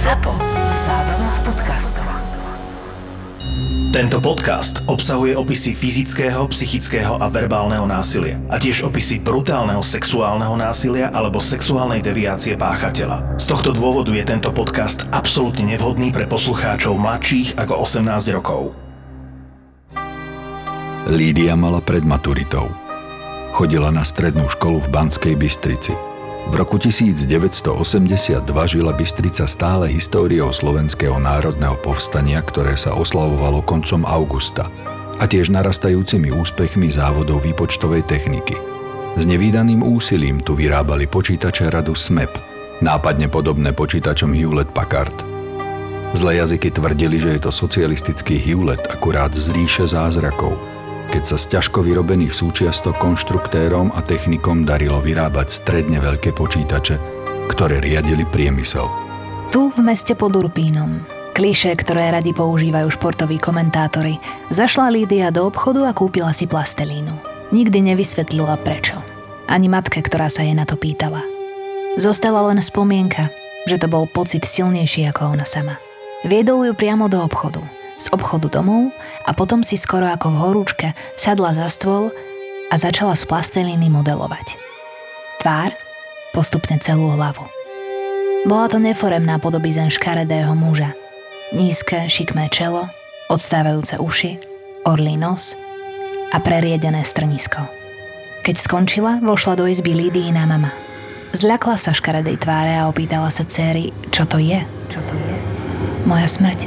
Zábrná v podcastov. Tento podcast obsahuje opisy fyzického, psychického a verbálneho násilia a tiež opisy brutálneho sexuálneho násilia alebo sexuálnej deviácie páchateľa. Z tohto dôvodu je tento podcast absolútne nevhodný pre poslucháčov mladších ako 18 rokov. Lídia mala pred maturitou. Chodila na strednú školu v Banskej Bystrici. V roku 1982 žila Bystrica stále históriou Slovenského národného povstania, ktoré sa oslavovalo koncom augusta, a tiež narastajúcimi úspechmi závodov výpočtovej techniky. S nevídaným úsilím tu vyrábali počítače radu SMEP, nápadne podobné počítačom Hewlett-Packard. Zlé jazyky tvrdili, že je to socialistický Hewlett akurát z ríše zázrakov, keď sa z ťažko vyrobených súčiastok konštruktérom a technikom darilo vyrábať stredne veľké počítače, ktoré riadili priemysel. Tu v meste pod Urpínom, klišé, ktoré radi používajú športoví komentátori, zašla Lídia do obchodu a kúpila si plastelínu. Nikdy nevysvetlila prečo. Ani matke, ktorá sa jej na to pýtala. Zostala len spomienka, že to bol pocit silnejší ako ona sama. Viedol ju priamo do obchodu. Z obchodu domov a potom si skoro ako v horúčke sadla za stôl a začala z plastelíny modelovať. Tvár, postupne celú hlavu. Bola to neforemná podobizeň škaredého muža. Nízke, šikmé čelo, odstávajúce uši, orlí nos a preriedené strnisko. Keď skončila, vošla do izby Lídiina mama. Zľakla sa škaredej tváre a opýtala sa dcéry, čo to je. Moja smrť.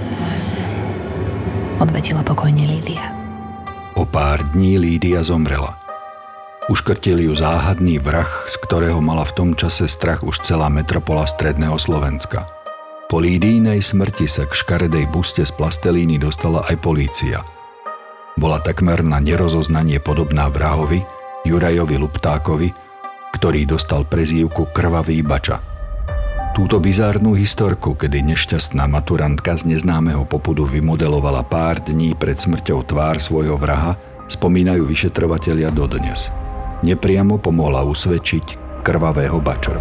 Odvetila pokojne Lídia. O pár dní Lídia zomrela. Uškrtil ju záhadný vrah, z ktorého mala v tom čase strach už celá metropola stredného Slovenska. Po Lídiinej smrti sa k škaredej buste z plastelíny dostala aj polícia. Bola takmer na nerozoznanie podobná vrahovi, Jurajovi Luptákovi, ktorý dostal prezývku Krvavý bača. Túto bizárnu historku, kedy nešťastná maturantka z neznámeho popudu vymodelovala pár dní pred smrťou tvár svojho vraha, spomínajú vyšetrovatelia dodnes. Nepriamo pomohla usvedčiť Krvavého baču.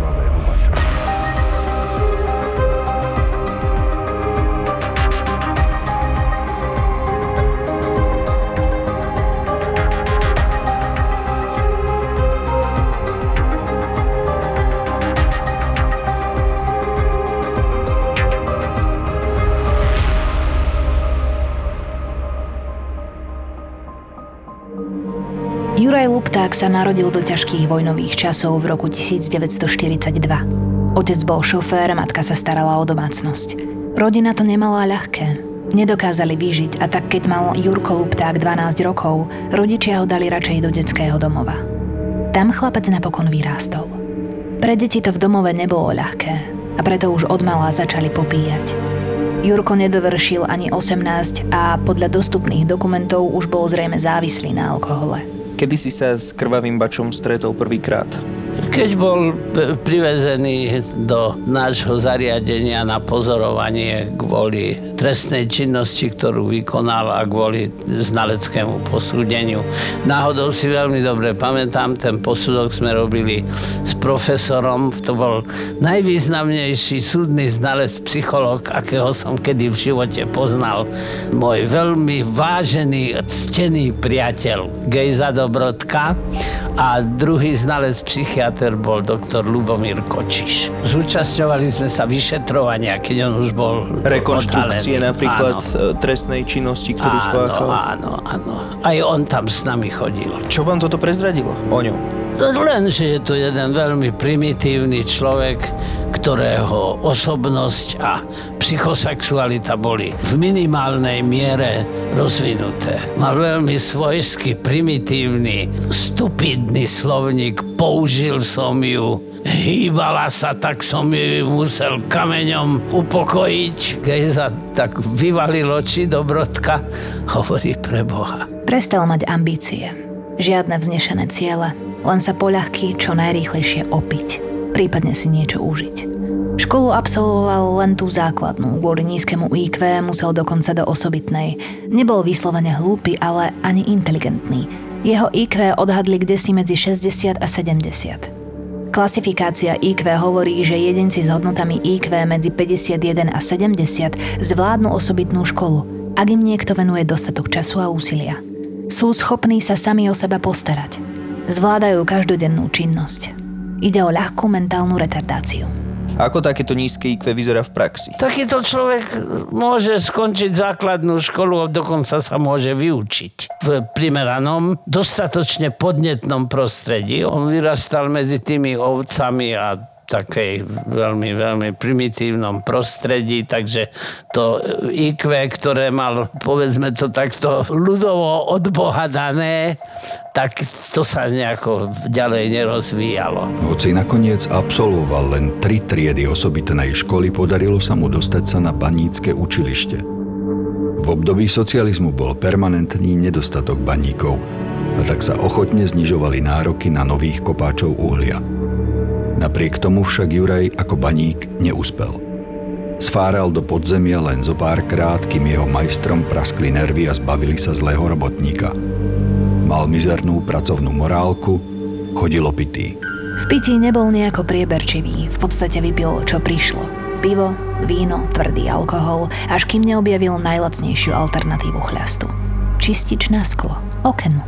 Juraj Lupták sa narodil do ťažkých vojnových časov v roku 1942. Otec bol šofér, matka sa starala o domácnosť. Rodina to nemala ľahké. Nedokázali vyžiť a tak keď mal Jurko Lupták 12 rokov, rodičia ho dali radšej do detského domova. Tam chlapec napokon vyrástol. Pre deti to v domove nebolo ľahké a preto už odmala začali popíjať. Jurko nedovršil ani 18 a podľa dostupných dokumentov už bol zrejme závislý na alkohole. Kedy si sa s Krvavým bačom stretol prvýkrát? Keď bol privezený do nášho zariadenia na pozorovanie kvôli trestnej činnosti, ktorú vykonal a kvôli znaleckému posúdeniu. Náhodou si veľmi dobre pamätám, ten posudok sme robili s profesorom. To bol najvýznamnejší súdny znalec, psychológ, akého som kedy v živote poznal. Môj veľmi vážený, ctený priateľ Gejza Dobrodka a druhý znalec psychiatr bol doktor Ľubomír Kočiš. Zúčastňovali sme sa vyšetrovania, keď on už bol rekonštrukcie napríklad trestnej činnosti, ktorú spáchal. Áno. Aj on tam s nami chodil. Čo vám toto prezradilo o ňom? Len, že je to jeden veľmi primitívny človek, ktorého osobnosť a psychosexualita boli v minimálnej miere rozvinuté. Mal veľmi svojský, primitívny, stupidný slovník, použil som ju, hýbala sa, tak som ju musel kameňom upokojiť. Gejza tak vyvalil oči Dobrodka, hovorí pre Boha. Prestal mať ambície, žiadne vznešené ciele, len sa poľahky čo najrýchlejšie opiť, prípadne si niečo užiť. Školu absolvoval len tú základnú, kvôli nízkemu IQ musel dokonca do osobitnej. Nebol vyslovene hlúpy, ale ani inteligentný. Jeho IQ odhadli kdesi medzi 60 a 70. Klasifikácia IQ hovorí, že jedinci s hodnotami IQ medzi 51 a 70 zvládnu osobitnú školu, ak im niekto venuje dostatok času a úsilia. Sú schopní sa sami o seba postarať. Zvládajú každodennú činnosť. Ide o ľahkú mentálnu retardáciu. Ako takéto nízke IQ vyzerá v praxi? Takýto človek môže skončiť základnú školu a dokonca sa môže vyučiť v primeranom, dostatočne podnetnom prostredí. On vyrastal medzi tými ovcami a takej veľmi, veľmi primitívnom prostredí, takže to IQ, ktoré mal, povedzme to takto, ľudovo od Boha dané, tak to sa nejako ďalej nerozvíjalo. Hoci nakoniec absolvoval len 3 triedy osobitnej školy, podarilo sa mu dostať sa na banícke učilište. V období socializmu bol permanentný nedostatok baníkov a tak sa ochotne znižovali nároky na nových kopáčov uhlia. Napriek tomu však Juraj ako baník neúspel. Sfáral do podzemia len zo párkrát, kým jeho majstrom praskli nervy a zbavili sa zlého robotníka. Mal mizernú pracovnú morálku, chodil opitý. V pití nebol nejako prieberčivý, v podstate vypil, čo prišlo. Pivo, víno, tvrdý alkohol, až kým neobjavil najlacnejšiu alternatívu chľastu. Čistič na sklo, okenu.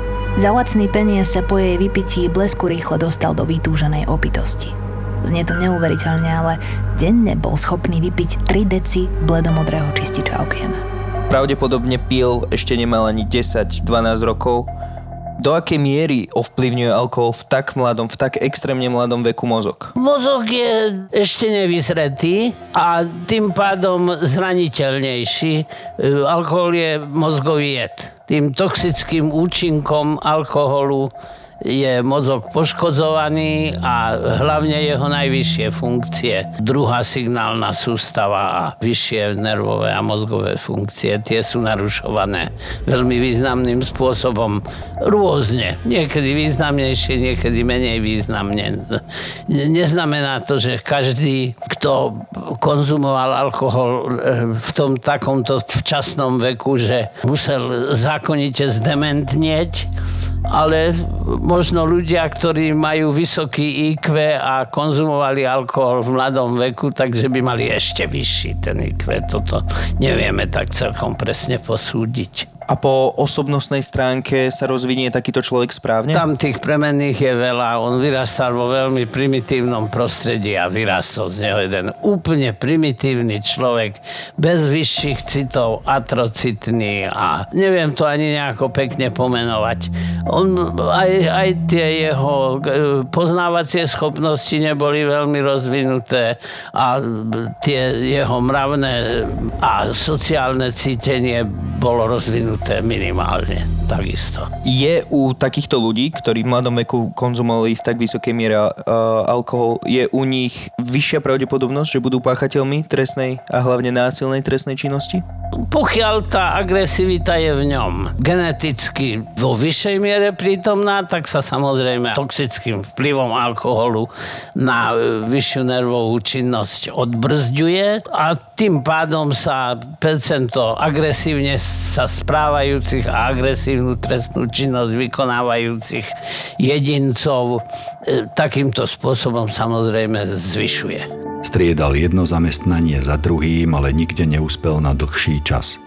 Za lacný peniaz sa po jej vypití blesku rýchle dostal do vytúženej opitosti. Znie to neuveriteľne, ale denne bol schopný vypiť 3 deci bledomodrého čističa okien. Pravdepodobne pil, ešte nemal ani 10-12 rokov. Do akej miery ovplyvňuje alkohol v tak mladom, v tak extrémne mladom veku mozog? Mozog je ešte nevyzretý a tým pádom zraniteľnejší. Alkohol je mozgový jed. Tým toxickým účinkom alkoholu je mozog poškodzovaný a hlavne jeho najvyššie funkcie. Druhá signálna sústava a vyššie nervové a mozgové funkcie, tie sú narušované veľmi významným spôsobom. Rôzne. Niekedy významnejšie, niekedy menej významne. Neznamená to, že každý, kto konzumoval alkohol v tom takomto včasnom veku, že musel zákonite zdementnieť, ale možno ľudia, ktorí majú vysoký IQ a konzumovali alkohol v mladom veku, takže by mali ešte vyšší ten IQ. Toto nevieme tak celkom presne posúdiť. A po osobnostnej stránke sa rozvinie takýto človek správne? Tam tých premenných je veľa. On vyrastal vo veľmi primitívnom prostredí a vyrastol z neho jeden úplne primitívny človek, bez vyšších citov, atrocitný a neviem to ani nejako pekne pomenovať. On, aj tie jeho poznávacie schopnosti neboli veľmi rozvinuté a tie jeho mravné a sociálne cítenie bolo rozvinuté minimálne, takisto. Je u takýchto ľudí, ktorí v mladom veku konzumovali v tak vysokej miere alkohol, je u nich vyššia pravdepodobnosť, že budú páchateľmi trestnej a hlavne násilnej trestnej činnosti? Pokiaľ tá agresivita je v ňom geneticky vo vyššej miere prítomná, tak sa samozrejme toxickým vplyvom alkoholu na vyššiu nervovú činnosť odbrzďuje a tým pádom sa percento agresívne sa správajúcich a agresívnu trestnú činnosť vykonávajúcich jedincov takýmto spôsobom samozrejme zvyšuje. Striedal jedno zamestnanie za druhým, ale nikde neúspel na dlhší čas.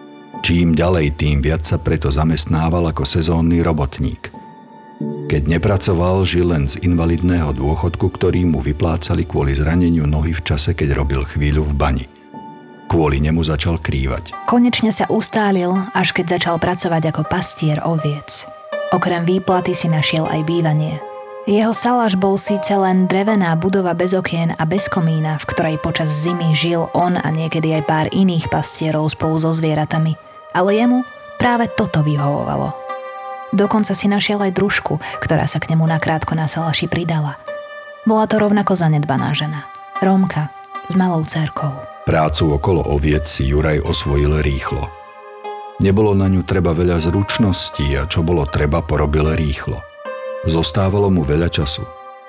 Čím ďalej, tým viac sa preto zamestnával ako sezónny robotník. Keď nepracoval, žil len z invalidného dôchodku, ktorý mu vyplácali kvôli zraneniu nohy v čase, keď robil chvíľu v bani. Kvôli nemu začal krývať. Konečne sa ustálil, až keď začal pracovať ako pastier oviec. Okrem výplaty si našiel aj bývanie. Jeho saláš bol síce len drevená budova bez okien a bez komína, v ktorej počas zimy žil on a niekedy aj pár iných pastierov spolu so zvieratami. Ale jemu práve toto vyhovovalo. Dokonca si našiel aj družku, ktorá sa k nemu nakrátko na salaši pridala. Bola to rovnako zanedbaná žena. Rómka s malou dcérkou. Prácu okolo oviec si Juraj osvojil rýchlo. Nebolo na ňu treba veľa zručností a čo bolo treba, porobil rýchlo. Zostávalo mu veľa času.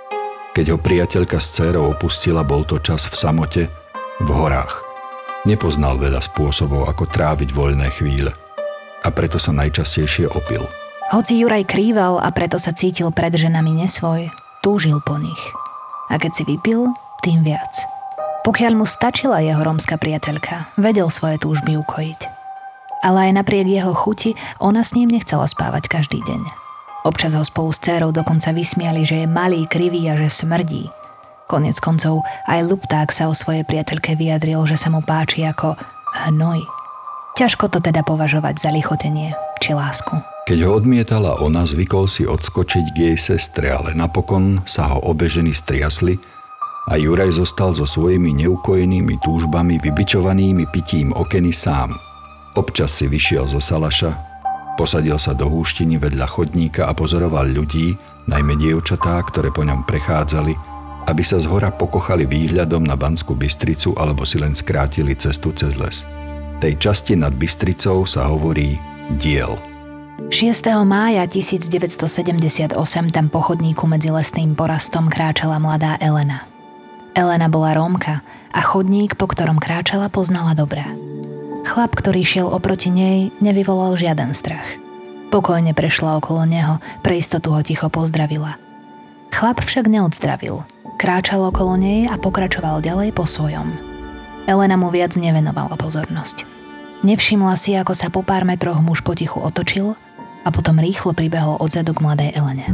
Keď ho priateľka s dcérou opustila, bol to čas v samote, v horách. Nepoznal veľa spôsobov, ako tráviť voľné chvíle. A preto sa najčastejšie opil. Hoci Juraj krýval a preto sa cítil pred ženami nesvoj, túžil po nich. A keď si vypil, tým viac. Pokiaľ mu stačila jeho rómska priateľka, vedel svoje túžby ukojiť. Ale aj napriek jeho chuti, ona s ním nechcela spávať každý deň. Občas ho spolu s dcérou dokonca vysmiali, že je malý, krivý a že smrdí. Koniec koncov aj Lupták sa o svojej priateľke vyjadril, že sa mu páči ako hnoj. Ťažko to teda považovať za lichotenie či lásku. Keď ho odmietala ona, zvykol si odskočiť k jej sestre, ale napokon sa ho obe ženy striasli a Juraj zostal so svojimi neukojenými túžbami vybičovanými pitím okeny sám. Občas si vyšiel zo salaša, posadil sa do húštiny vedľa chodníka a pozoroval ľudí, najmä dievčatá, ktoré po ňom prechádzali, aby sa zhora pokochali výhľadom na Banskú Bystricu alebo si len skrátili cestu cez les. Tej časti nad Bystricou sa hovorí Diel. 6. mája 1978 tam po chodníku medzi lesným porastom kráčala mladá Elena. Elena bola Rómka a chodník, po ktorom kráčala, poznala dobre. Chlap, ktorý šiel oproti nej, nevyvolal žiaden strach. Pokojne prešla okolo neho, pre istotu ho ticho pozdravila. Chlap však neodzdravil. Kráčal okolo nej a pokračoval ďalej po svojom. Elena mu viac nevenovala pozornosť. Nevšimla si, ako sa po pár metroch muž potichu otočil a potom rýchlo pribehol odzadu k mladej Elene.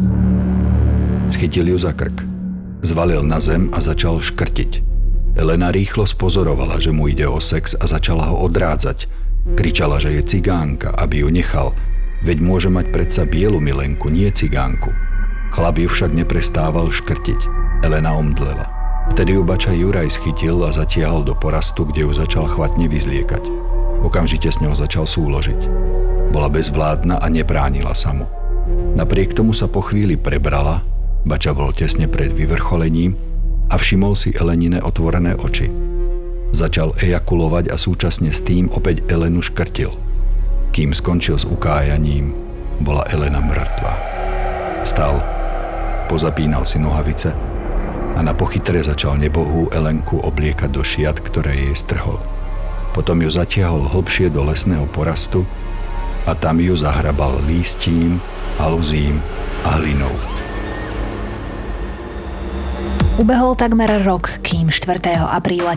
Schytil ju za krk. Zvalil na zem a začal škrtiť. Elena rýchlo spozorovala, že mu ide o sex a začala ho odrádzať. Kričala, že je cigánka, aby ju nechal, veď môže mať predsa bielu milenku, nie cigánku. Chlap ju však neprestával škrtiť. Elena omdlela. Vtedy ju bača Juraj schytil a zatiahol do porastu, kde ju začal chvatne vyzliekať. Okamžite s ňou začal súložiť. Bola bezvládna a nebránila sa mu. Napriek tomu sa po chvíli prebrala, bača bol tesne pred vyvrcholením a všimol si Elenine otvorené oči. Začal ejakulovať a súčasne s tým opäť Elenu škrtil. Kým skončil s ukájaním, bola Elena mŕtva. Stal, pozapínal si nohavice a na pochytre začal nebohú Elenku obliekať do šiat, ktoré jej strhol. Potom ju zatiahol hlbšie do lesného porastu a tam ju zahrabal lístím, haluzím a hlinou. Ubehol takmer rok, kým 4. apríla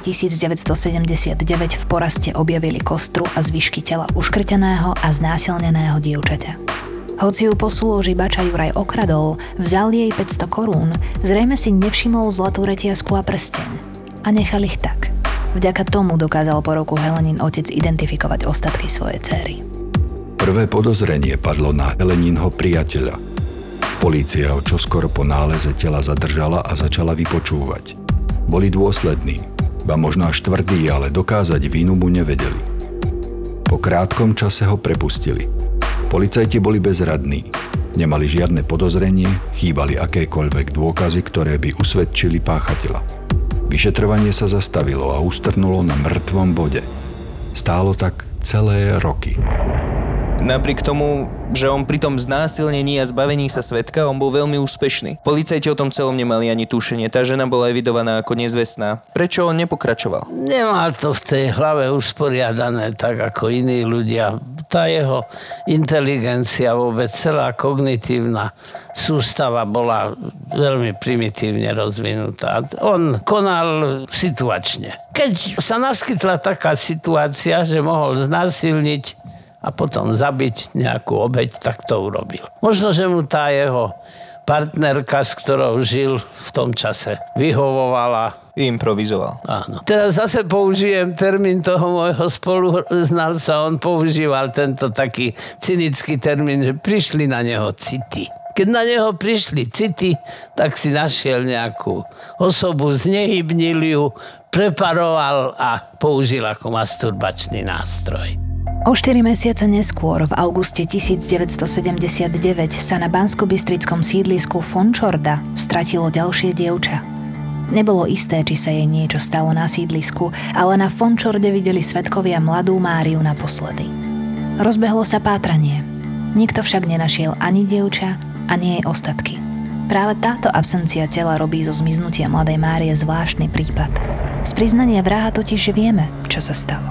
1979 v poraste objavili kostru a zvyšky tela uškrteného a znásilneného dievčaťa. Hoci ju po súloži bača Juraj okradol, vzal jej 500 korún, zrejme si nevšimol zlatú retiasku a prsteň. A nechal ich tak. Vďaka tomu dokázal po roku Helenin otec identifikovať ostatky svojej céry. Prvé podozrenie padlo na Heleninho priateľa. Polícia ho čoskoro po náleze tela zadržala a začala vypočúvať. Boli dôslední, ba možno až tvrdí, ale dokázať vinu mu nevedeli. Po krátkom čase ho prepustili. Policajti boli bezradní. Nemali žiadne podozrenie, chýbali akékoľvek dôkazy, ktoré by usvedčili páchateľa. Vyšetrovanie sa zastavilo a ustrnulo na mŕtvom bode. Stálo tak celé roky. Napriek tomu, že on pri tom znásilnení a zbavení sa svedka, on bol veľmi úspešný. Policajti o tom celom nemali ani tušenie. Tá žena bola evidovaná ako nezvestná. Prečo on nepokračoval? Nemal to v tej hlave usporiadané tak ako iní ľudia. Tá jeho inteligencia, vôbec celá kognitívna sústava bola veľmi primitívne rozvinutá. On konal situačne. Keď sa naskytla taká situácia, že mohol znásilniť a potom zabiť nejakú obeť, tak to urobil. Možno, že mu tá jeho partnerka, s ktorou žil v tom čase, vyhovovala. Improvizoval. Áno. Teraz zase použijem termín toho môjho spoluznalca. On používal tento taký cynický termín, že prišli na neho city. Keď na neho prišli city, tak si našiel nejakú osobu, znehybnil ju, preparoval a použil ako masturbačný nástroj. O 4 mesiace neskôr, v auguste 1979, sa na banskobystrickom sídlisku Fončorda stratilo ďalšie dievča. Nebolo isté, či sa jej niečo stalo na sídlisku, ale na Fončorde videli svedkovia mladú Máriu naposledy. Rozbehlo sa pátranie. Nikto však nenašiel ani dievča, ani jej ostatky. Práve táto absencia tela robí zo zmiznutia mladej Márie zvláštny prípad. Z priznania vraha totiž vieme, čo sa stalo.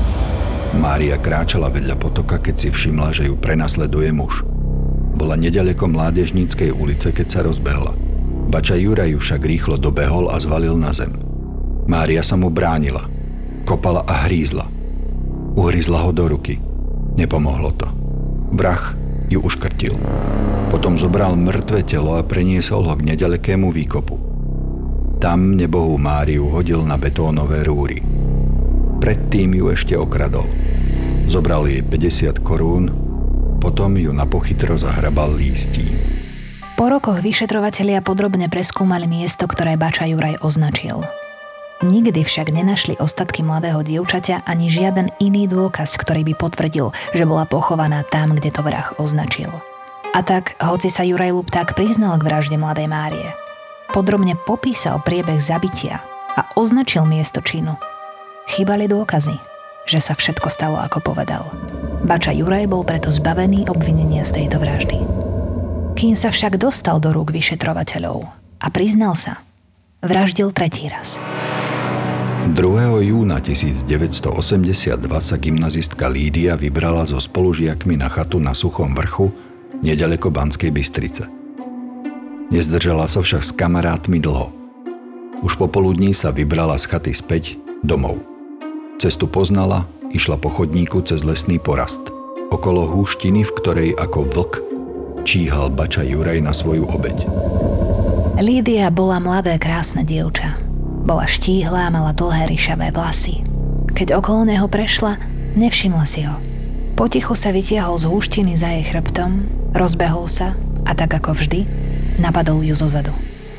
Mária kráčala vedľa potoka, keď si všimla, že ju prenasleduje muž. Bola neďaleko Mládežníckej ulice, keď sa rozbehla. Bača Juraj ju však rýchlo dobehol a zvalil na zem. Mária sa mu bránila. Kopala a hrízla. Uhryzla ho do ruky. Nepomohlo to. Vrah ju uškrtil. Potom zobral mŕtve telo a preniesol ho k nedalekému výkopu. Tam nebohú Máriu hodil na betónové rúry. Predtým ju ešte okradol. Zobral jej 50 korún, potom ju na pochytro zahrabal lístím. Po rokoch vyšetrovatelia podrobne preskúmali miesto, ktoré Bača Juraj označil. Nikdy však nenašli ostatky mladého dievčaťa ani žiaden iný dôkaz, ktorý by potvrdil, že bola pochovaná tam, kde to vrah označil. A tak, hoci sa Juraj Lupták priznal k vražde mladej Márie, podrobne popísal priebeh zabitia a označil miesto činu, chýbali dôkazy, že sa všetko stalo, ako povedal. Bača Juraj bol preto zbavený obvinenia z tejto vraždy. Kým sa však dostal do rúk vyšetrovateľov a priznal sa, vraždil tretí raz. 2. júna 1982 sa gymnazistka Lídia vybrala so spolužiakmi na chatu na Suchom vrchu, nedaleko Banskej Bystrice. Nezdržala sa však s kamarátmi dlho. Už popoludní sa vybrala z chaty späť domov. Cestu poznala, išla po chodníku cez lesný porast. Okolo húštiny, v ktorej ako vlk číhal Bača Juraj na svoju obeť. Lídia bola mladé, krásne dievča. Bola štíhla, mala dlhé ryšavé vlasy. Keď okolo neho prešla, nevšimla si ho. Potichu sa vytiahol z húštiny za jej chrbtom, rozbehol sa a tak ako vždy, napadol ju zozadu.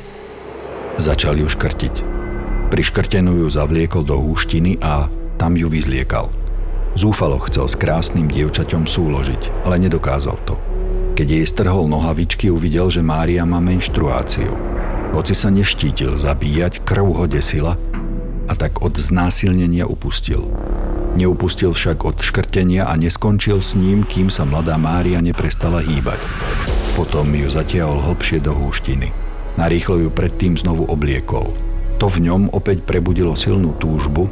Začal ju škrtiť. Priškrtenú ju zavliekol do húštiny a tam ju vyzliekal. Zúfalo chcel s krásnym dievčaťom súložiť, ale nedokázal to. Keď jej strhol nohavičky, uvidel, že Mária má menštruáciu. Hoci sa neštítil zabíjať, krv ho desila a tak od znásilnenia upustil. Neupustil však od škrtenia a neskončil s ním, kým sa mladá Mária neprestala hýbať. Potom ju zatiahol hlbšie do húštiny. Narýchlo ju predtým znovu obliekol. To v ňom opäť prebudilo silnú túžbu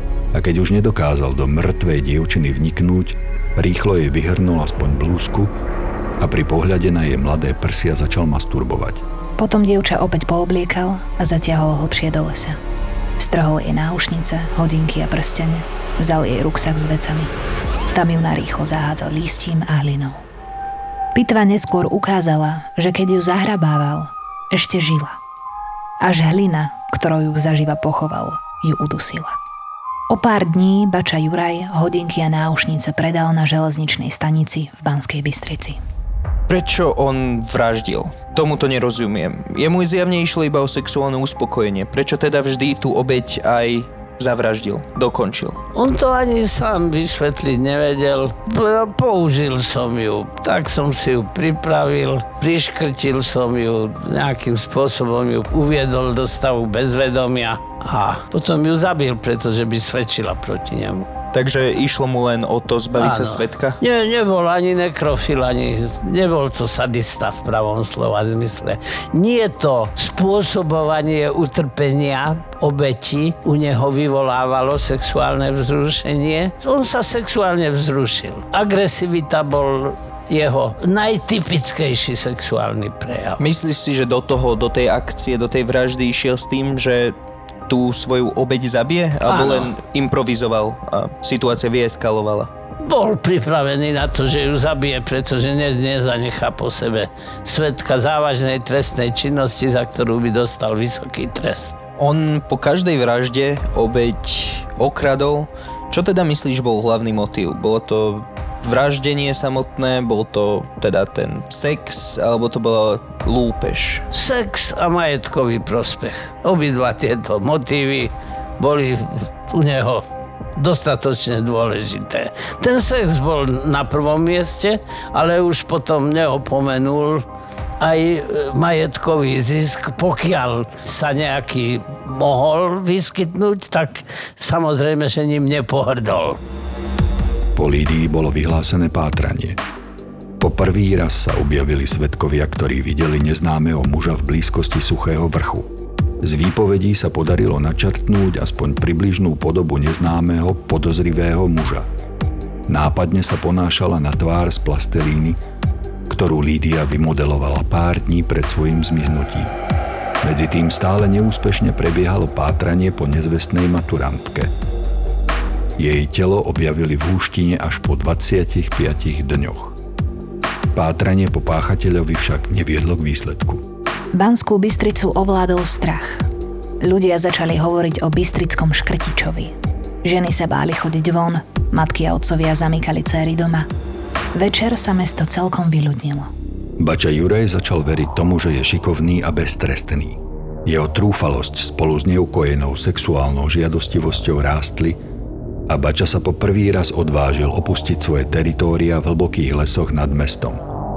a keď už nedokázal do mŕtvej dievčiny vniknúť, rýchlo jej vyhrnul aspoň blúzku a pri pohľade na jej mladé prsia začal masturbovať. Potom dievča opäť poobliekal a zatiahol hlbšie do lesa. Strhol jej náušnice, hodinky a prstene, vzal jej ruksak s vecami. Tam ju narýchlo zahádzal lístím a hlinou. Pitva neskôr ukázala, že keď ju zahrabával, ešte žila. Až hlina, ktorou ju zaživa pochoval, ju udusila. O pár dní Bača Juraj hodinky a náušnice predal na železničnej stanici v Banskej Bystrici. Prečo on vraždil? Tomu to nerozumiem. Jemu zjavne išlo iba o sexuálne uspokojenie. Prečo teda vždy tú obeť aj zavraždil, dokončil? On to ani sám vysvetliť nevedel. Použil som ju, tak som si ju pripravil, priškrtil som ju, nejakým spôsobom ju uviedol do stavu bezvedomia a potom ju zabil, pretože by svedčila proti nemu. Takže išlo mu len o to zbaviť sa svedka? Nie, nebol ani nekrofil, ani nebol to sadista v pravom slova zmysle. Nie to spôsobovanie utrpenia obeti u neho vyvolávalo sexuálne vzrušenie. On sa sexuálne vzrušil. Agresivita bol jeho najtypickejší sexuálny prejav. Myslíš si, že do tej akcie, do tej vraždy išiel s tým, že tú svoju obeť zabije? Alebo len improvizoval a situácia vyeskalovala? Bol pripravený na to, že ju zabije, pretože nezanechá po sebe svedka závažnej trestnej činnosti, za ktorú by dostal vysoký trest. On po každej vražde obeť okradol. Čo teda myslíš bol hlavný motív? Bolo to vraždenie samotné, bol to teda ten sex, alebo to bola lúpež? Sex a majetkový prospech. Obidva tieto motívy boli u neho dostatočne dôležité. Ten sex bol na prvom mieste, ale už potom neopomenul aj majetkový zisk, pokiaľ sa nejaký mohol vyskytnúť, tak samozrejme, že ním nepohrdol. Po Lídii bolo vyhlásené pátranie. Po prvý raz sa objavili svedkovia, ktorí videli neznámeho muža v blízkosti Suchého vrchu. Z výpovedí sa podarilo načrtnúť aspoň približnú podobu neznámeho, podozrivého muža. Nápadne sa ponášala na tvár z plastelíny, ktorú Lídia vymodelovala pár dní pred svojím zmiznutím. Medzi tým stále neúspešne prebiehalo pátranie po nezvestnej maturantke. Jej telo objavili v húštine až po 25 dňoch. Pátranie po páchateľovi však neviedlo k výsledku. Banskú Bystricu ovládol strach. Ľudia začali hovoriť o bystrickom škrtičovi. Ženy sa báli chodiť von, matky a otcovia zamykali céry doma. Večer sa mesto celkom vyľudnilo. Bača Juraj začal veriť tomu, že je šikovný a beztrestný. Jeho trúfalosť spolu s neukojenou sexuálnou žiadostivosťou rástli a Bača sa po prvý raz odvážil opustiť svoje teritória v hlbokých lesoch nad mestom.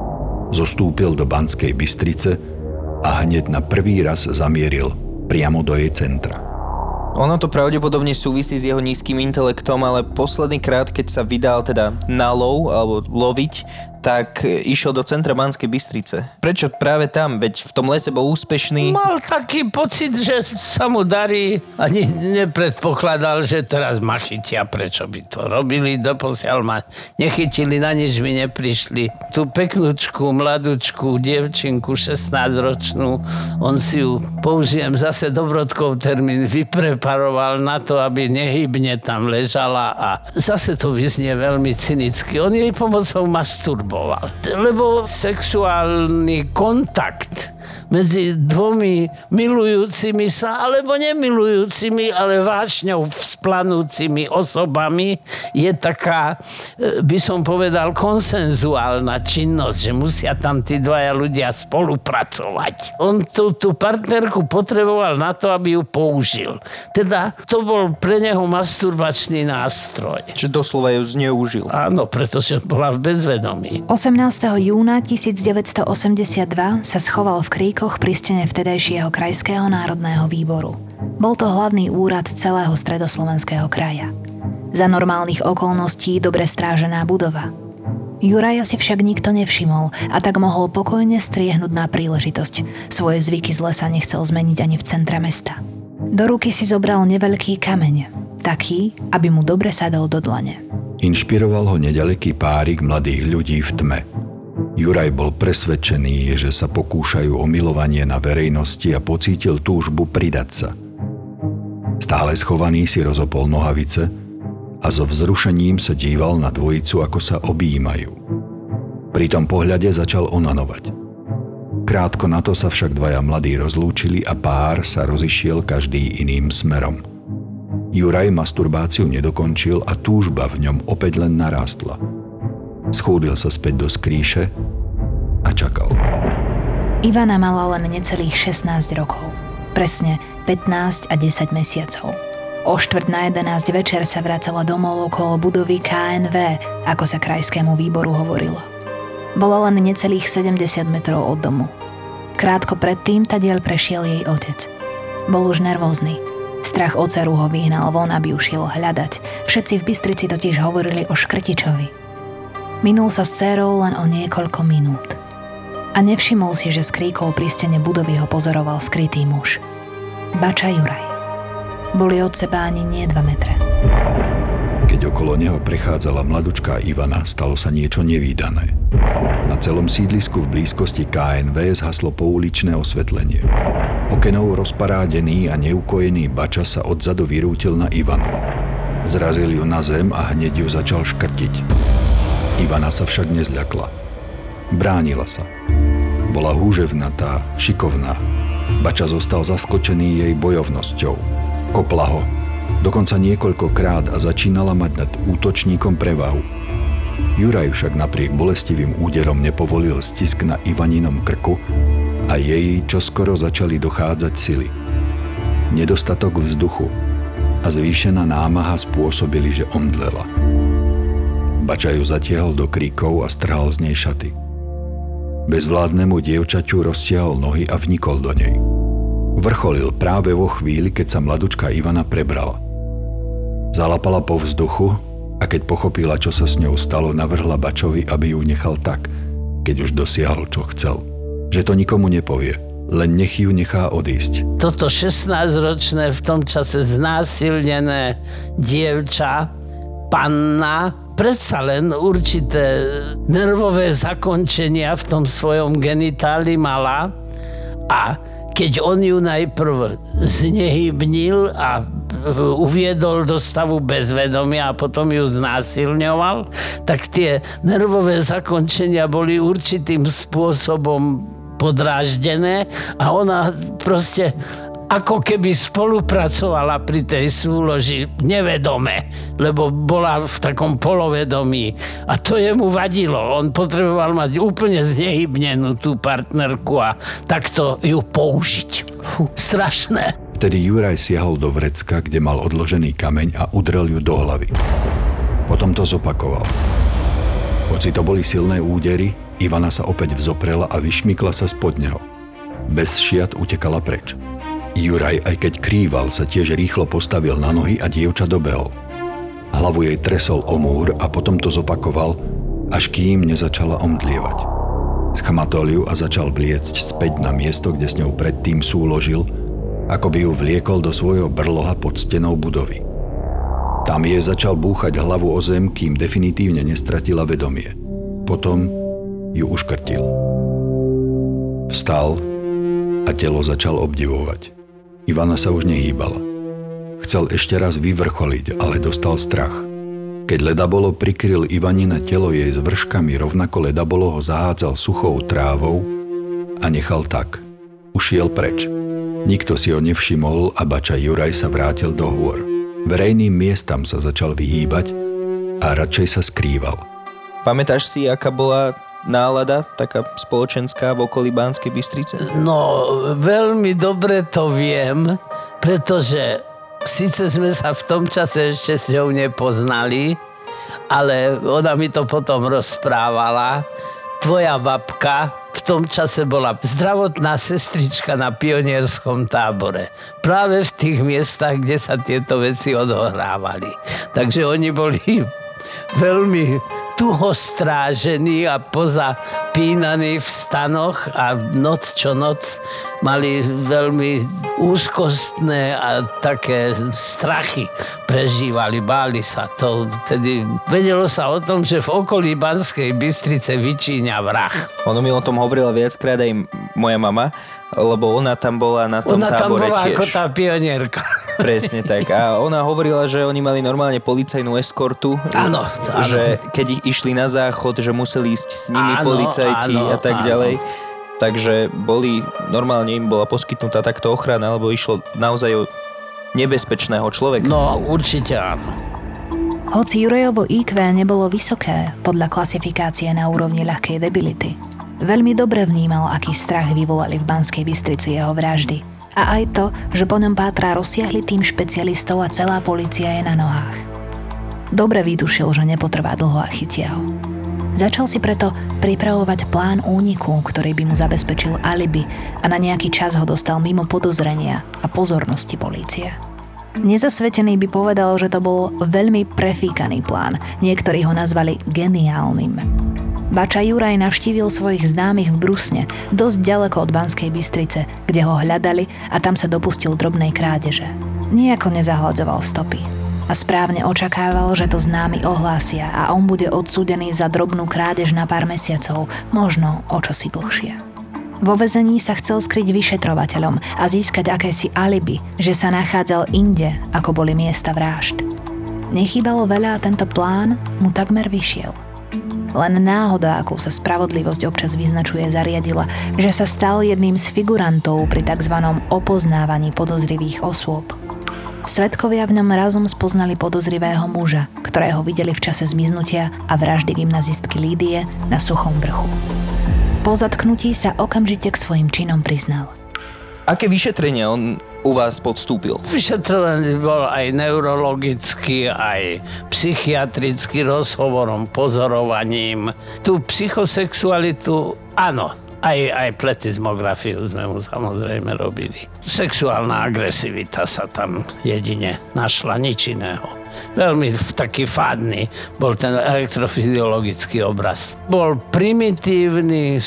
Zostúpil do Banskej Bystrice a hneď na prvý raz zamieril priamo do jej centra. Ono to pravdepodobne súvisí s jeho nízkym intelektom, ale posledný krát, keď sa vydal teda na lov alebo loviť, tak išiel do centra Banskej Bystrice. Prečo práve tam? Veď v tom lese bol úspešný. Mal taký pocit, že sa mu darí. Ani nepredpokladal, že teraz ma chytia. Prečo by to robili? Doposiaľ ma nechytili, na nič mi neprišli. Tú peknúčku, mladúčku, dievčinku, 16-ročnú, on si ju, použijem zase Dobrodkov termín, vypreparoval na to, aby nehybne tam ležala a zase to vyznie veľmi cynicky. On jej pomocou masturboval. Lebo sexuálny kontakt medzi dvomi milujúcimi sa, alebo nemilujúcimi, ale vášňou vzplanúcimi osobami je taká, by som povedal, konsenzuálna činnosť, že musia tam tí dvaja ľudia spolupracovať. On tú partnerku potreboval na to, aby ju použil. Teda to bol pre neho masturbačný nástroj. Čiže doslova ju zneužil. Áno, pretože bola v bezvedomí. 18. júna 1982 sa schoval v Kríkoch pri stene vtedajšieho Krajského národného výboru. Bol to hlavný úrad celého stredoslovenského kraja. Za normálnych okolností dobre strážená budova. Juraja si však nikto nevšimol a tak mohol pokojne striehnúť na príležitosť. Svoje zvyky z lesa nechcel zmeniť ani v centre mesta. Do ruky si zobral neveľký kameň, taký, aby mu dobre sadol do dlane. Inšpiroval ho neďaleký párik mladých ľudí v tme. Juraj bol presvedčený, že sa pokúšajú o milovanie na verejnosti a pocítil túžbu pridať sa. Stále schovaný si rozopol nohavice a so vzrušením sa díval na dvojicu, ako sa objímajú. Pri tom pohľade začal onanovať. Krátko na to sa však dvaja mladí rozlúčili a pár sa rozišiel každý iným smerom. Juraj masturbáciu nedokončil a túžba v ňom opäť len narástla. Schúdil sa späť do skrýše a čakal. Ivana mala len necelých 16 rokov. Presne 15 a 10 mesiacov. O 10:45 večer sa vracala domov okolo budovy KNV, ako sa krajskému výboru hovorilo. Bola len necelých 70 metrov od domu. Krátko predtým tadiaľ prešiel jej otec. Bol už nervózny. Strach o dceru ho vyhnal von, aby ju šiel hľadať. Všetci v Bystrici totiž hovorili o škrtičovi. Minul sa s dcérou len o niekoľko minút. A nevšimol si, že z kríkov pri stene budovy ho pozoroval skrytý muž. Bača Juraj. Boli od seba ani nie 2 metre. Keď okolo neho prechádzala mladučká Ivana, stalo sa niečo nevídané. Na celom sídlisku v blízkosti KNV zhaslo pouličné osvetlenie. Okenou rozparádený a neukojený Bača sa odzadu vyrútil na Ivanu. Zrazil ju na zem a hneď ju začal škrtiť. Ivana sa však nezľakla. Bránila sa. Bola húževnatá, šikovná. Bača zostal zaskočený jej bojovnosťou. Kopla ho. Dokonca niekoľkokrát a začínala mať nad útočníkom prevahu. Juraj však napriek bolestivým úderom nepovolil stisk na Ivaninom krku a jej čoskoro začali dochádzať sily. Nedostatok vzduchu a zvýšená námaha spôsobili, že omdlela. Bača ju zatiahol do kríkov a strhal z nej šaty. Bezvládnemu dievčaťu roztiahol nohy a vnikol do nej. Vrcholil práve vo chvíli, keď sa mladučka Ivana prebrala. Zalapala po vzduchu a keď pochopila, čo sa s ňou stalo, navrhla Bačovi, aby ju nechal tak, keď už dosiahol, čo chcel. Že to nikomu nepovie, len nech ju nechá odísť. Toto 16-ročné v tom čase znásilnené dievča, panna, predsa len určité nervové zakončenia v tom svojom genitáli mala a keď on ju najprv znehybnil a uviedol do stavu bezvedomia a potom ju znásilňoval, tak tie nervové zakončenia boli určitým spôsobom podráždené a ona proste ako keby spolupracovala pri tej súloži nevedome, lebo bola v takom polovedomí. A to jemu vadilo. On potreboval mať úplne znehybnenú tú partnerku a takto ju použiť. Strašné. Vtedy Juraj siahol do vrecka, kde mal odložený kameň a udrel ju do hlavy. Potom to zopakoval. Hoci to boli silné údery, Ivana sa opäť vzoprela a vyšmykla sa spod neho. Bez šiat utekala preč. Juraj, aj keď krýval, sa tiež rýchlo postavil na nohy a dievča dobehol. Hlavu jej tresol o múr a potom to zopakoval, až kým nezačala omdlievať. Schamatol ju a začal vliecť späť na miesto, kde s ňou predtým súložil, ako by ju vliekol do svojho brloha pod stenou budovy. Tam jej začal búchať hlavu o zem, kým definitívne nestratila vedomie. Potom ju uškrtil. Vstal a telo začal obdivovať. Ivana sa už nehýbala. Chcel ešte raz vyvrcholiť, ale dostal strach. Keď Ledabolo prikryl Ivanine telo jej s vrškami, rovnako Ledabolo ho zahádzal suchou trávou a nechal tak. Ušiel preč. Nikto si ho nevšimol a bača Juraj sa vrátil do hôr. Verejným miestam sa začal vyhýbať a radšej sa skrýval. Pamätáš si, aká bola nálada, taká spoločenská v okolí Banskej Bystrice? No, veľmi dobre to viem, pretože síce sme sa v tom čase ešte s ňou nepoznali, ale ona mi to potom rozprávala. Tvoja babka v tom čase bola zdravotná sestrička na pionierskom tábore. Práve v tých miestach, kde sa tieto veci odohrávali. Takže oni boli veľmi tuho strážení a pozapínaní v stanoch a noc čo noc mali veľmi úzkostné a také strachy prežívali, báli sa to. Tedy vedelo sa o tom, že v okolí Banskej Bystrice vyčíňa vrah. Ono mi o tom hovorila viackrát aj moja mama, lebo ona tam bola na tom tábore tiež. Ona tam bola ako tá pionierka. Presne tak. A ona hovorila, že oni mali normálne policajnú eskortu. Áno. Že keď išli na záchod, že museli ísť s nimi policajti a tak ďalej. Takže normálne im bola poskytnutá takto ochrana, lebo išlo naozaj o nebezpečného človeka. No, určite áno. Hoci Jurajovo IQ nebolo vysoké, podľa klasifikácie na úrovni ľahkej debility, veľmi dobre vnímal, aký strach vyvolali v Banskej Bystrici jeho vraždy. A aj to, že po ňom pátra rozsiahly tým špecialistov a celá polícia je na nohách. Dobre vytušil, že nepotrvá dlho a chytia ho. Začal si preto pripravovať plán úniku, ktorý by mu zabezpečil alibi a na nejaký čas ho dostal mimo podozrenia a pozornosti polície. Nezasvetený by povedal, že to bol veľmi prefíkaný plán. Niektorí ho nazvali geniálnym. Bača Juraj navštívil svojich známych v Brusne, dosť ďaleko od Banskej Bystrice, kde ho hľadali a tam sa dopustil drobnej krádeže. Nijako nezahľadzoval stopy. A správne očakával, že to známi ohlásia a on bude odsúdený za drobnú krádež na pár mesiacov, možno o čosi dlhšie. Vo väzení sa chcel skryť vyšetrovateľom a získať akési alibi, že sa nachádzal inde, ako boli miesta vražd. Nechýbalo veľa a tento plán mu takmer vyšiel. Len náhoda, akou sa spravodlivosť občas vyznačuje, zariadila, že sa stal jedným z figurantov pri tzv. Opoznávaní podozrivých osôb. Svedkovia v ňom razom spoznali podozrivého muža, ktorého videli v čase zmiznutia a vraždy gymnazistky Lídie na Suchom vrchu. Po zatknutí sa okamžite k svojim činom priznal. Aké vyšetrenie on u vás podstúpil? Vyšetrený bol aj neurologický, aj psychiatrický rozhovorom, pozorovaním. Tú psychosexualitu, áno, aj pletizmografiu sme mu samozrejme robili. Sexuálna agresivita sa tam jedine našla, nič iného. Veľmi taký fádny bol ten elektrofyziologický obraz. Bol primitívny,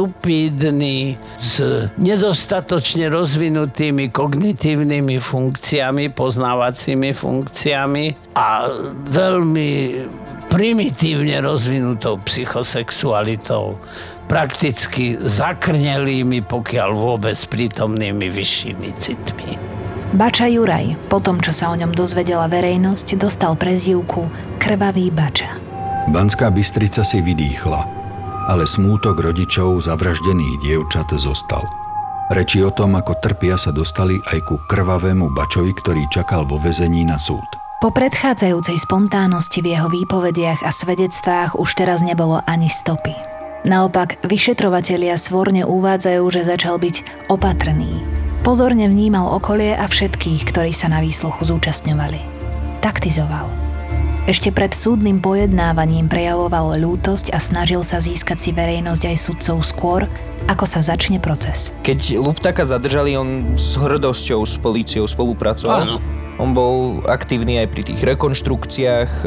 stupidný, s nedostatočne rozvinutými kognitívnymi funkciami, poznávacími funkciami a veľmi primitívne rozvinutou psychosexualitou. prakticky zakrnelými, pokiaľ vôbec prítomnými vyššími citmi. Bača Juraj, po tom, čo sa o ňom dozvedela verejnosť, dostal prezývku Krvavý Bača. Banská Bystrica si vydýchla, ale smútok rodičov zavraždených dievčat zostal. Reči o tom, ako trpia, sa dostali aj ku krvavému Bačovi, ktorý čakal vo väzení na súd. Po predchádzajúcej spontánnosti v jeho výpovediach a svedectvách už teraz nebolo ani stopy. Naopak, vyšetrovatelia svorne uvádzajú, že začal byť opatrný. Pozorne vnímal okolie a všetkých, ktorí sa na výsluchu zúčastňovali. Taktizoval. Ešte pred súdnym pojednávaním prejavoval ľútosť a snažil sa získať si verejnosť aj sudcov skôr, ako sa začne proces. Keď Luptáka zadržali, on s hrdosťou s políciou spolupracoval. Áno. On bol aktívny aj pri tých rekonštrukciách,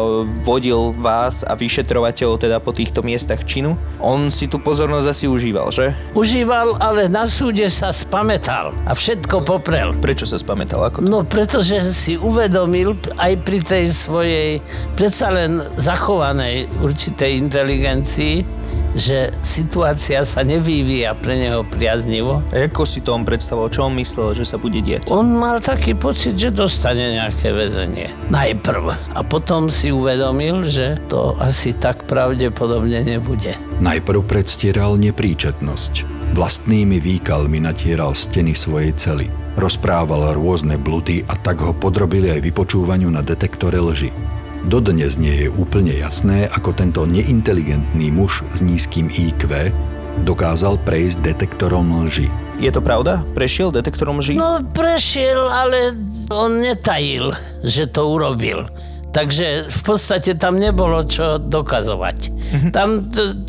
vodil vás a vyšetrovateľov teda po týchto miestach činu. On si tú pozornosť asi užíval, že? Užíval, ale na súde sa spamätal a všetko poprel. Prečo sa spamätal? Ako to? No pretože si uvedomil aj pri tej svojej predsa len zachovanej určitej inteligencii, že situácia sa nevyvíja pre neho priaznivo. A ako si to on predstavoval? Čo on myslel, že sa bude diať? On mal taký pocit, že dostane nejaké väzenie. Najprv. A potom si uvedomil, že to asi tak pravdepodobne nebude. Najprv predstieral nepríčetnosť. Vlastnými výkalmi natieral steny svojej cely. Rozprával rôzne bludy a tak ho podrobili aj vypočúvaniu na detektore lži. Dodnes nie je úplne jasné, ako tento neinteligentný muž s nízkym IQ dokázal prejsť detektorom lži. Je to pravda? Prešiel detektorom lži? No prešiel, ale on netajil, že to urobil. Takže v podstate tam nebolo čo dokazovať. Tam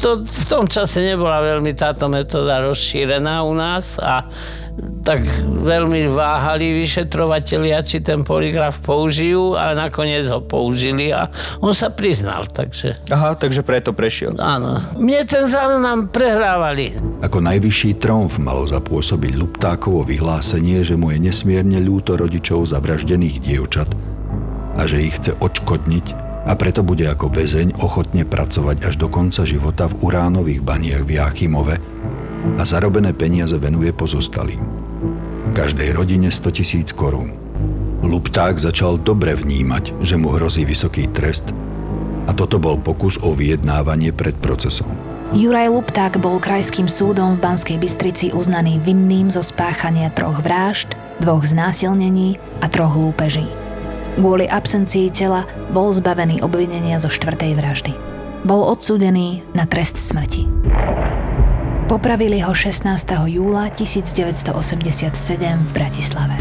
v tom čase nebola veľmi táto metóda rozšírená u nás a tak veľmi váhali vyšetrovatelia, či ten polygraf použijú, ale nakoniec ho použili a on sa priznal, takže... Aha, takže preto prešiel. Áno. Mne ten záznam prehrávali. Ako najvyšší tromf malo zapôsobiť Luptákovo vyhlásenie, že mu je nesmierne ľúto rodičov zavraždených dievčat a že ich chce odškodniť a preto bude ako väzeň ochotne pracovať až do konca života v uránových baniach v Jáchymove a zarobené peniaze venuje pozostalým. Každej rodine 100 000 korún. Lupták začal dobre vnímať, že mu hrozí vysoký trest a toto bol pokus o vyjednávanie pred procesom. Juraj Lupták bol krajským súdom v Banskej Bystrici uznaný vinným zo spáchania 3 vražd, 2 znásilnení a 3 lúpeží. Kvôli absencii tela bol zbavený obvinenia zo 4. vraždy. Bol odsúdený na trest smrti. Popravili ho 16. júla 1987 v Bratislave.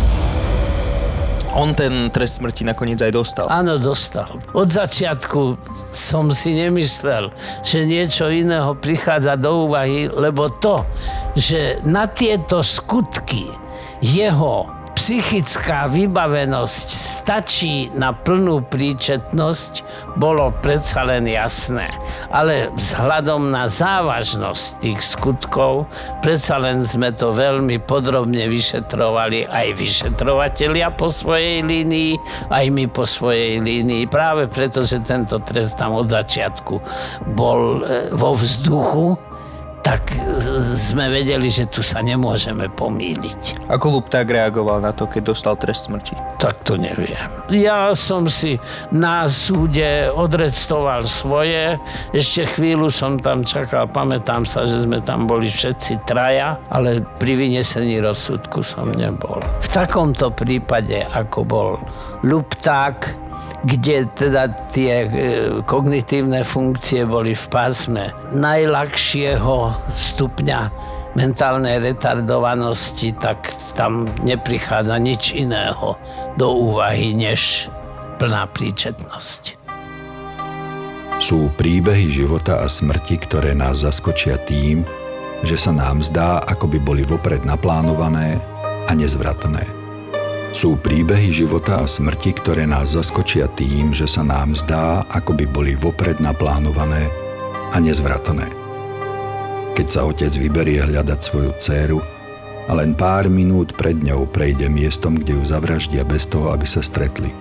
On ten trest smrti nakoniec aj dostal. Áno, dostal. Od začiatku som si nemyslel, že niečo iného prichádza do úvahy, lebo to, že na tieto skutky jeho psychická vybavenosť stačí na plnú príčetnosť, bolo predsa len jasné. Ale vzhľadom na závažnosť tých skutkov, predsa len sme to veľmi podrobne vyšetrovali aj vyšetrovatelia po svojej línii, aj my po svojej línii. Práve preto, že tento trest tam od začiatku bol vo vzduchu, tak sme vedeli, že tu sa nemôžeme pomýliť. Ako Lupták reagoval na to, keď dostal trest smrti? Tak to neviem. Ja som si na súde odrectoval svoje. Ešte chvíľu som tam čakal. Pamätám sa, že sme tam boli všetci traja, ale pri vynesení rozsudku som nebol. V takomto prípade, ako bol Lupták, kde teda tie kognitívne funkcie boli v pásme najľahšieho stupňa mentálnej retardovanosti, tak tam neprichádza nič iného do úvahy, než plná príčetnosť. Sú príbehy života a smrti, ktoré nás zaskočia tým, že sa nám zdá, ako by boli vopred naplánované a nezvratné. Sú príbehy života a smrti, ktoré nás zaskočia tým, že sa nám zdá, ako by boli vopred naplánované a nezvratné. Keď sa otec vyberie hľadať svoju dcéru a len pár minút pred ňou prejde miestom, kde ju zavraždia bez toho, aby sa stretli.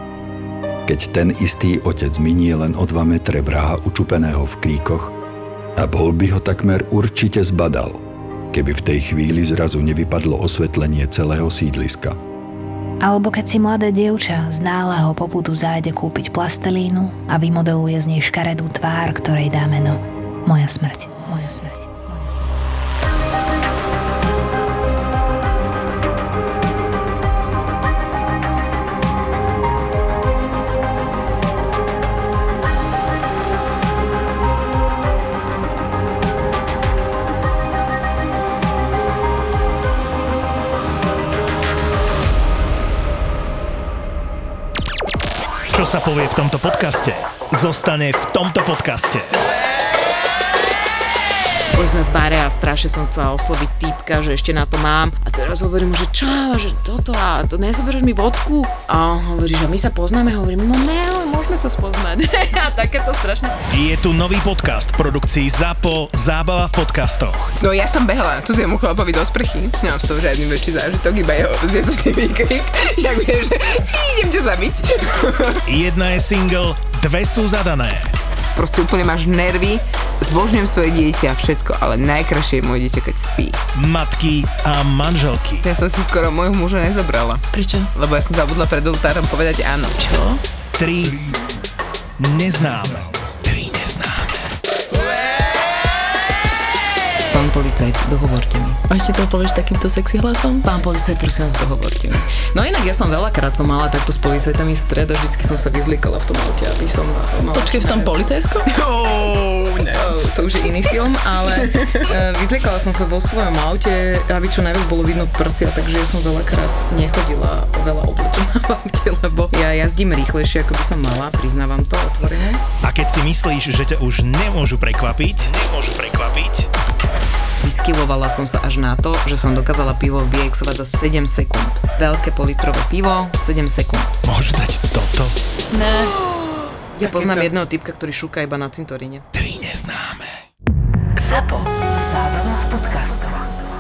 Keď ten istý otec minie len o 2 metre vraha učupeného v kríkoch A bol by ho takmer určite zbadal, keby v tej chvíli zrazu nevypadlo osvetlenie celého sídliska. Alebo keď si mladé dievča z náhleho popudu zájde kúpiť plastelínu a vymodeluje z nej škaredú tvár, ktorej dá meno Moja smrť. Moja smrť. Čo sa povie v tomto podcaste, zostane v tomto podcaste. Boli sme v bare a strašne som chcela osloviť týpka, že ešte na to mám. A teraz hovorím mu, že čo, že toto a to nezoberieš mi vodku? A on hovorí, že my sa poznáme. Hovorím, no ne, ale môžeme sa spoznať. A takéto strašne. Je tu nový podcast v produkcii ZAPO Zábava v podcastoch. No ja som behala cudziemu chlapovi do sprchy. Nemám z toho žiadny väčší zážitok, iba jeho vznesený výkrik. Jak vieš, že idem ťa zabiť. Jedna je single, dve sú zadané. Proste úplne máš nervy, zbožňujem svoje dieťa, všetko, ale najkrajšie je moje dieťa, keď spí. Matky a manželky. Ja som si skoro môjho muža nezobrala. Prečo? Lebo ja som zabudla pred oltárom povedať áno. Čo? 3 neznáme. 3 neznáme. Pán policajt, dohovorte mi. A ešte to povieš takýmto sexy hlasom? Pán policajt, prosím vás, dohovorte mi. No inak ja som veľakrát mala takto s policajtami stred a vždycky som sa vyzliekala v tom aute, aby som mala... Počkej, v tom policajskom? To už je iný film, ale vyzliekala som sa vo svojom aute, aby čo najviac bolo vidno prsia, takže ja som veľakrát nechodila veľa oblečená v aute, lebo ja jazdím rýchlejšie, ako by som mala, priznávam to otvorene. A keď si myslíš, že ťa už nemôžu prekvapiť, Vyskilovala som sa až na to, že som dokázala pivo vyexovať za 7 sekúnd. Veľké politrové pivo, 7 sekúnd. môžu dať toto. Ne. Ja poznám jedného typka, ktorý šúka iba na cintoríne. 3 neznáme. ZAPO. Zábrná v podcastovách.